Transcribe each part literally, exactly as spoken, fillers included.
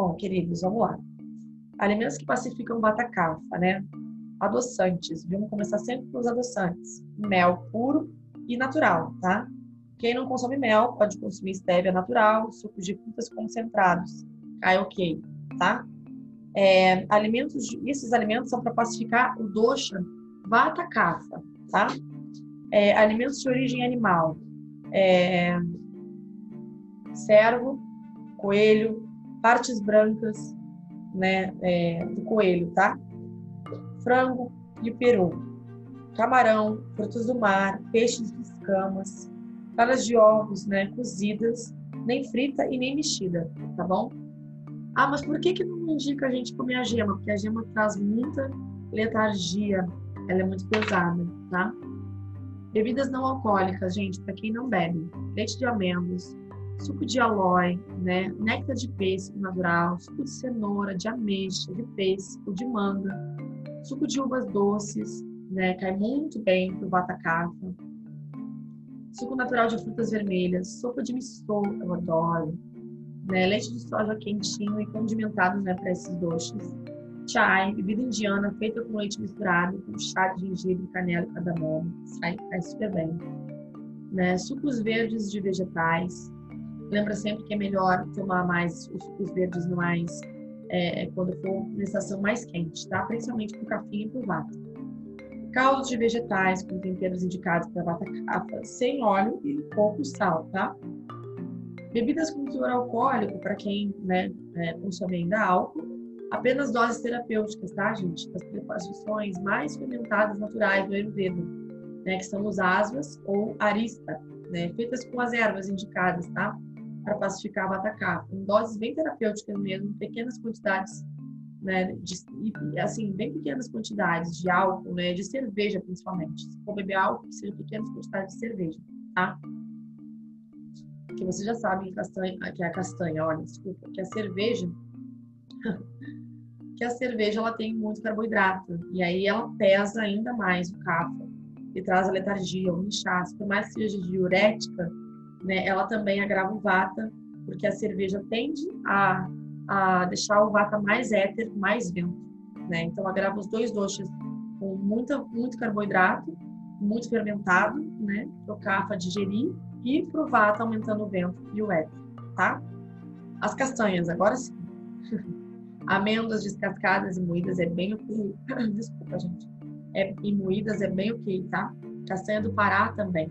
Bom, queridos, vamos lá. Alimentos que pacificam vata-kapha, né? Adoçantes. Vamos começar sempre com os adoçantes. Mel puro e natural, tá? Quem não consome mel pode consumir stevia natural, sucos de frutas concentrados. Cai ok, tá? É, alimentos, esses alimentos são para pacificar o dosha vata-kapha, tá? É, alimentos de origem animal. É, cervo, coelho, partes brancas, né, é, do coelho, tá? Frango e peru, camarão, frutos do mar, peixes de escamas, claras de ovos, né, cozidas, nem frita e nem mexida, tá bom? Ah, mas por que que não indica a gente comer a gema? Porque a gema traz muita letargia, ela é muito pesada, tá? Bebidas não alcoólicas, gente, para quem não bebe, leite de amêndoas, suco de aloe, né, néctar de pêssego natural, suco de cenoura, de ameixa, de pêssego, de manga, suco de uvas doces, né, cai muito bem pro vata-kapha. Suco natural de frutas vermelhas, sopa de miso, eu adoro, né, leite de soja quentinho e condimentado, né, para esses doces. Chai, bebida indiana feita com leite misturado, com chá de gengibre, canela e cardamomo, sai, cai super bem. Né, sucos verdes de vegetais. Lembra sempre que é melhor tomar mais os sucos verdes mais é, quando for na estação mais quente, tá? Principalmente pro café e pro vata. Caldos de vegetais com temperos indicados para vata-kapha, sem óleo e pouco sal, tá? Bebidas com teor alcoólico, para quem, né, é, consome ainda álcool, apenas doses terapêuticas, tá, gente? Das preparações mais fermentadas naturais do Ayurveda, né, que são os asvas ou arista, né, feitas com as ervas indicadas, tá? Para pacificar a vata-kapha, em doses bem terapêuticas mesmo, pequenas quantidades, né, de, assim, bem pequenas quantidades de álcool, né, de cerveja principalmente. Se for beber álcool, que seja pequenas quantidades de cerveja, tá? Que vocês já sabem que, castanha, que é a castanha, olha, desculpa, que a cerveja, que a cerveja ela tem muito carboidrato, e aí ela pesa ainda mais o kapha, e traz a letargia, o inchaço, por mais que seja diurética, né, ela também agrava o vata, porque a cerveja tende a, a deixar o vata mais éter, mais vento, né? Então agrava os dois doshas com muita, muito carboidrato, muito fermentado, né, para o kapha digerir e para o vata aumentando o vento e o éter, tá? As castanhas, agora sim. Amêndoas descascadas e moídas é bem ok. Desculpa, gente. É, e moídas é bem ok, tá? Castanha do Pará também.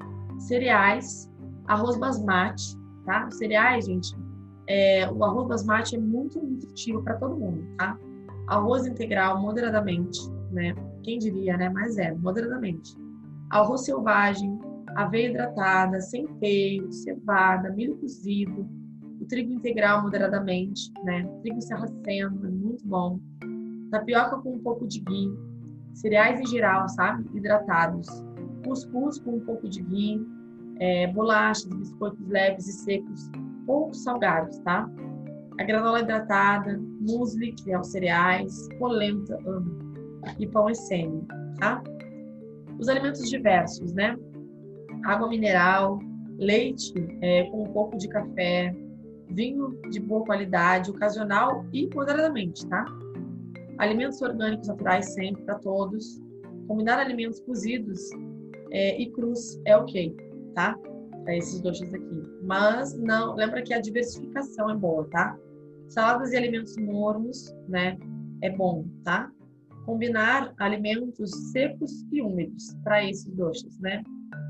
Cereais, arroz basmati, tá? Os cereais, gente, é, o arroz basmati é muito nutritivo para todo mundo, tá? Arroz integral moderadamente, né? Quem diria, né? Mas é, moderadamente. Arroz selvagem, aveia hidratada, centeio, cevada, milho cozido, o trigo integral moderadamente, né? Trigo sarraceno, é muito bom. Tapioca com um pouco de ghee, cereais em geral, sabe? Hidratados. Cuscuz com um pouco de ghee, é, bolachas, biscoitos leves e secos, pouco salgados, tá? A granola hidratada, muesli, que é os cereais, polenta, amo, e pão essênio, tá? Os alimentos diversos, né? Água mineral, leite é, com um pouco de café, vinho de boa qualidade, ocasional e moderadamente, tá? Alimentos orgânicos naturais sempre para todos. Combinar alimentos cozidos é, e crus é ok, tá? Para esses doces aqui. Mas não, lembra que a diversificação é boa, tá? Saladas e alimentos mornos, né? É bom, tá? Combinar alimentos secos e úmidos para esses doces, né?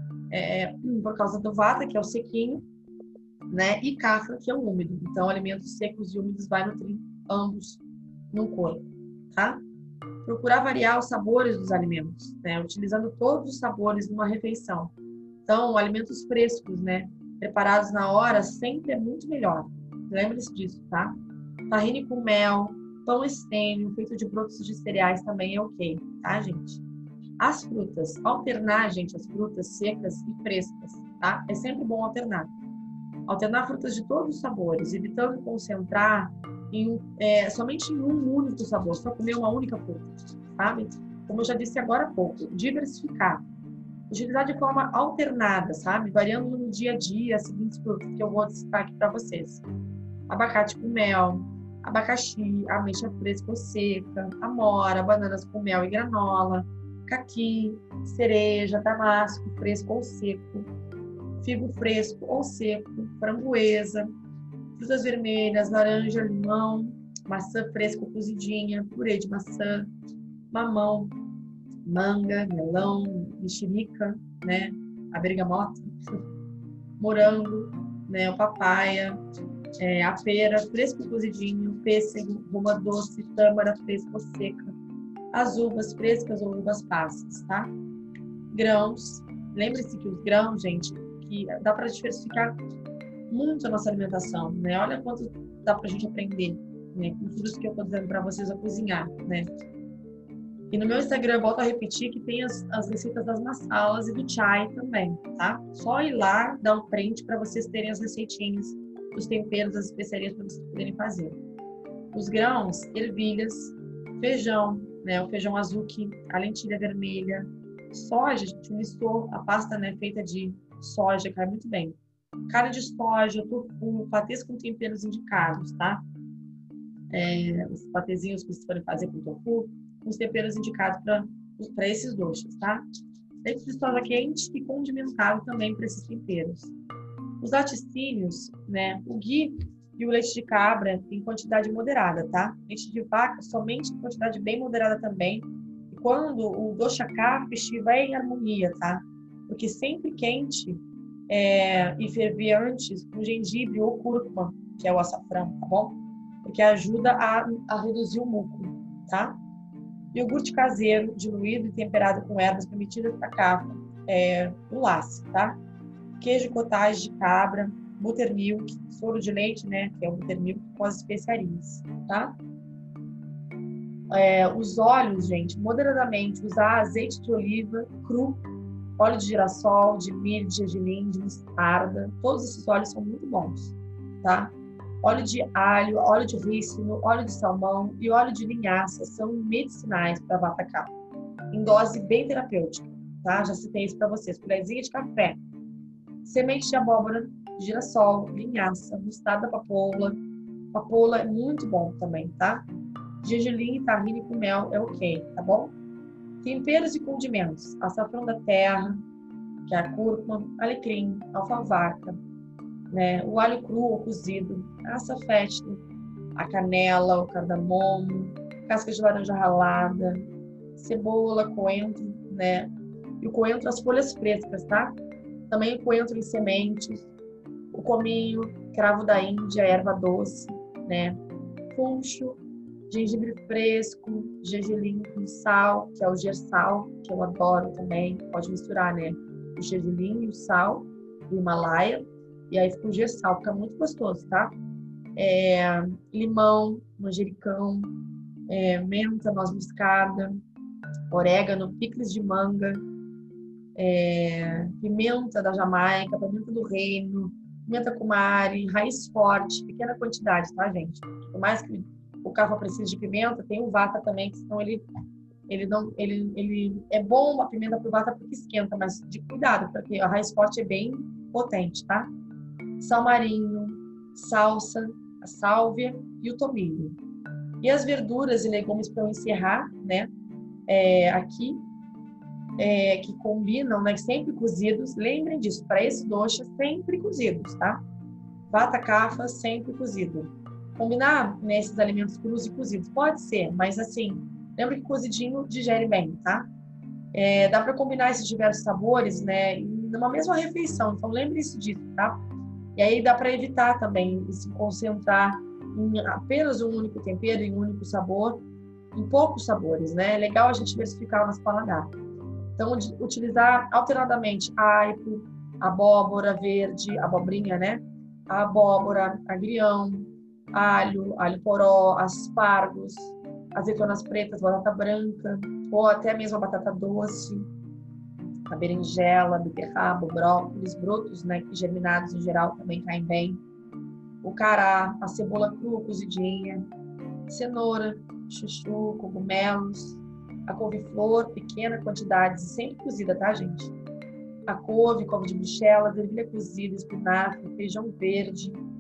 É, por causa do vata, que é o sequinho, né? E kapha, que é o úmido. Então, alimentos secos e úmidos vai nutrir ambos no corpo, tá? Procurar variar os sabores dos alimentos, né? Utilizando todos os sabores numa refeição. Então, alimentos frescos, né? Preparados na hora sempre é muito melhor. Lembre-se disso, tá? Tahine com mel, pão essênio, feito de brotos de cereais também é ok, tá, gente? As frutas, alternar, gente, as frutas secas e frescas, tá? É sempre bom alternar. Alternar frutas de todos os sabores, evitando concentrar em, é, somente em um único sabor, só comer uma única fruta, sabe? Como eu já disse agora há pouco, diversificar. Utilizar de forma alternada, sabe? Variando no dia a dia as seguintes frutas que eu vou citar aqui para vocês. Abacate com mel, abacaxi, ameixa fresca ou seca, amora, bananas com mel e granola, caqui, cereja, damasco fresco ou seco, figo fresco ou seco, framboesa, frutas vermelhas, laranja, limão, maçã fresca ou cozidinha, purê de maçã, mamão, manga, melão, mexerica, né, a bergamota, morango, né, o papaya, é, a pera, fresco cozidinho, pêssego, goma doce, tâmara fresca ou seca, as uvas frescas ou uvas passas, tá? Grãos, lembre-se que os grãos, gente, que dá para diversificar muito a nossa alimentação, né? Olha quanto dá pra gente aprender, né? Com tudo isso que eu tô dizendo para vocês a cozinhar, né? E no meu Instagram, eu volto a repetir que tem as, as receitas das masalas e do chai também, tá? Só ir lá, dar um print para vocês terem as receitinhas, os temperos, as especiarias para vocês poderem fazer. Os grãos, ervilhas, feijão, né? O feijão azuki, a lentilha vermelha, soja, a gente listou a pasta, né, feita de soja, cai muito bem. Carne de soja, tofu, patês com temperos indicados, tá? É, os patezinhos que vocês forem fazer com tofu, os temperos indicados para esses doces, tá? Leite de soja quente e condimentado também para esses temperos. Os laticínios, né? O ghee e o leite de cabra em quantidade moderada, tá? Leite de vaca somente em quantidade bem moderada também. E quando o doshaka estiver em harmonia, tá? Porque sempre quente é, e ferver antes com gengibre ou cúrcuma, que é o açafrão, tá bom? Porque ajuda a, a reduzir o muco, tá? Iogurte caseiro, diluído e temperado com ervas permitidas para cafa, é, o lace, tá? Queijo cottage de cabra, buttermilk, soro de leite, né? Que é o buttermilk com as especiarias, tá? É, os óleos, gente, moderadamente, usar azeite de oliva cru, óleo de girassol, de milho, de gergelim, de mostarda, todos esses óleos são muito bons, tá? Óleo de alho, óleo de rícino, óleo de salmão e óleo de linhaça são medicinais para vata kapha, em dose bem terapêutica, tá? Já citei isso para vocês. Colherzinha de café, semente de abóbora, girassol, linhaça, mostarda papoula. Papoula é muito bom também, tá? Gergelim, tahine com mel é ok, tá bom? Temperos e condimentos, açafrão da terra, que é a cúrcuma, alecrim, alfavaca, né? O alho cru ou cozido, a açafete, a canela, o cardamomo, casca de laranja ralada, cebola, coentro, né? E o coentro, as folhas frescas, tá? Também o coentro em sementes, o cominho, cravo da Índia, erva doce, né? Funcho, gengibre fresco, gergelim com sal, que é o gersal, que eu adoro também. Pode misturar, né? O gergelim e o sal do Himalaia. E aí fica o gersal, fica muito gostoso, tá? É, limão, manjericão, é, menta, noz moscada, orégano, picles de manga, é, pimenta da Jamaica, pimenta do reino, pimenta cumari, raiz forte, pequena quantidade, tá, gente? Por mais que o kapha precise de pimenta, tem o vata também, que senão ele, ele não, ele, ele é bom a pimenta pro vata porque esquenta, mas de cuidado, porque a raiz forte é bem potente, tá? Sal marinho, salsa, a sálvia e o tomilho. E as verduras e legumes para eu encerrar, né? É, aqui, é, que combinam, né? Sempre cozidos. Lembrem disso, para esse doce, sempre cozidos, tá? Vata kapha, sempre cozido. Combinar nesses né, alimentos crus e cozidos? Pode ser, mas assim, lembra que cozidinho digere bem, tá? É, dá para combinar esses diversos sabores, né? Numa mesma refeição. Então, lembre-se disso, tá? E aí dá para evitar também se concentrar em apenas um único tempero, em um único sabor, em poucos sabores, né? É legal a gente diversificar o nosso paladar. Então, utilizar alternadamente aipo, abóbora verde, abobrinha, né? A abóbora, agrião, alho, alho poró, aspargos, azeitonas pretas, batata branca, ou até mesmo a batata doce, a berinjela, beterraba, brócolis, brotos, né, que germinados em geral também caem bem, o cará, a cebola crua cozidinha, cenoura, chuchu, cogumelos, a couve-flor, pequena quantidade, sempre cozida, tá, gente? A couve, couve de bruxelas, ervilha cozida, espinafre, feijão verde,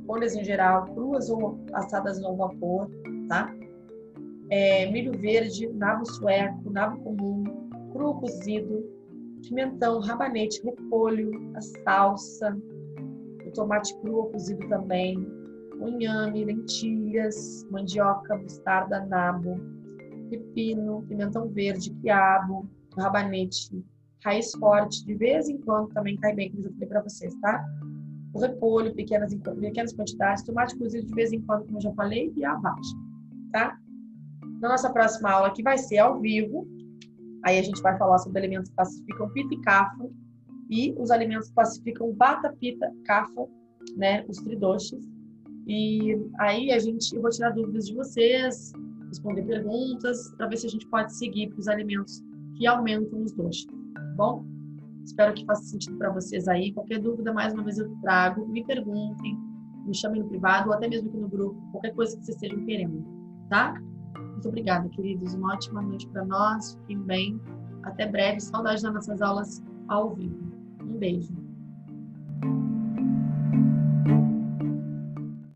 folhas em geral, cruas ou assadas ao vapor, tá? É, milho verde, nabo sueco, nabo comum, cru ou cozido, pimentão, rabanete, repolho, a salsa, o tomate cru ou cozido também, o inhame, lentilhas, mandioca, mostarda, nabo, pepino, pimentão verde, quiabo, rabanete, raiz forte, de vez em quando também cai bem, como eu falei para vocês, tá? O repolho, pequenas, pequenas quantidades, tomate cozido de vez em quando, como eu já falei, e a baixa, tá? Na nossa próxima aula, que vai ser ao vivo, aí a gente vai falar sobre alimentos que pacificam pita e cafa, e os alimentos que pacificam bata, pita, cafa, né, os tridoshis. E aí a gente, eu vou tirar dúvidas de vocês, responder perguntas, para ver se a gente pode seguir para os alimentos que aumentam os doshis, tá bom? Espero que faça sentido para vocês aí. Qualquer dúvida, mais uma vez eu trago, me perguntem, me chamem no privado ou até mesmo aqui no grupo, qualquer coisa que vocês estejam querendo, tá? Muito obrigada, queridos. Uma ótima noite para nós. Fiquem bem. Até breve. Saudades das nossas aulas ao vivo. Um beijo.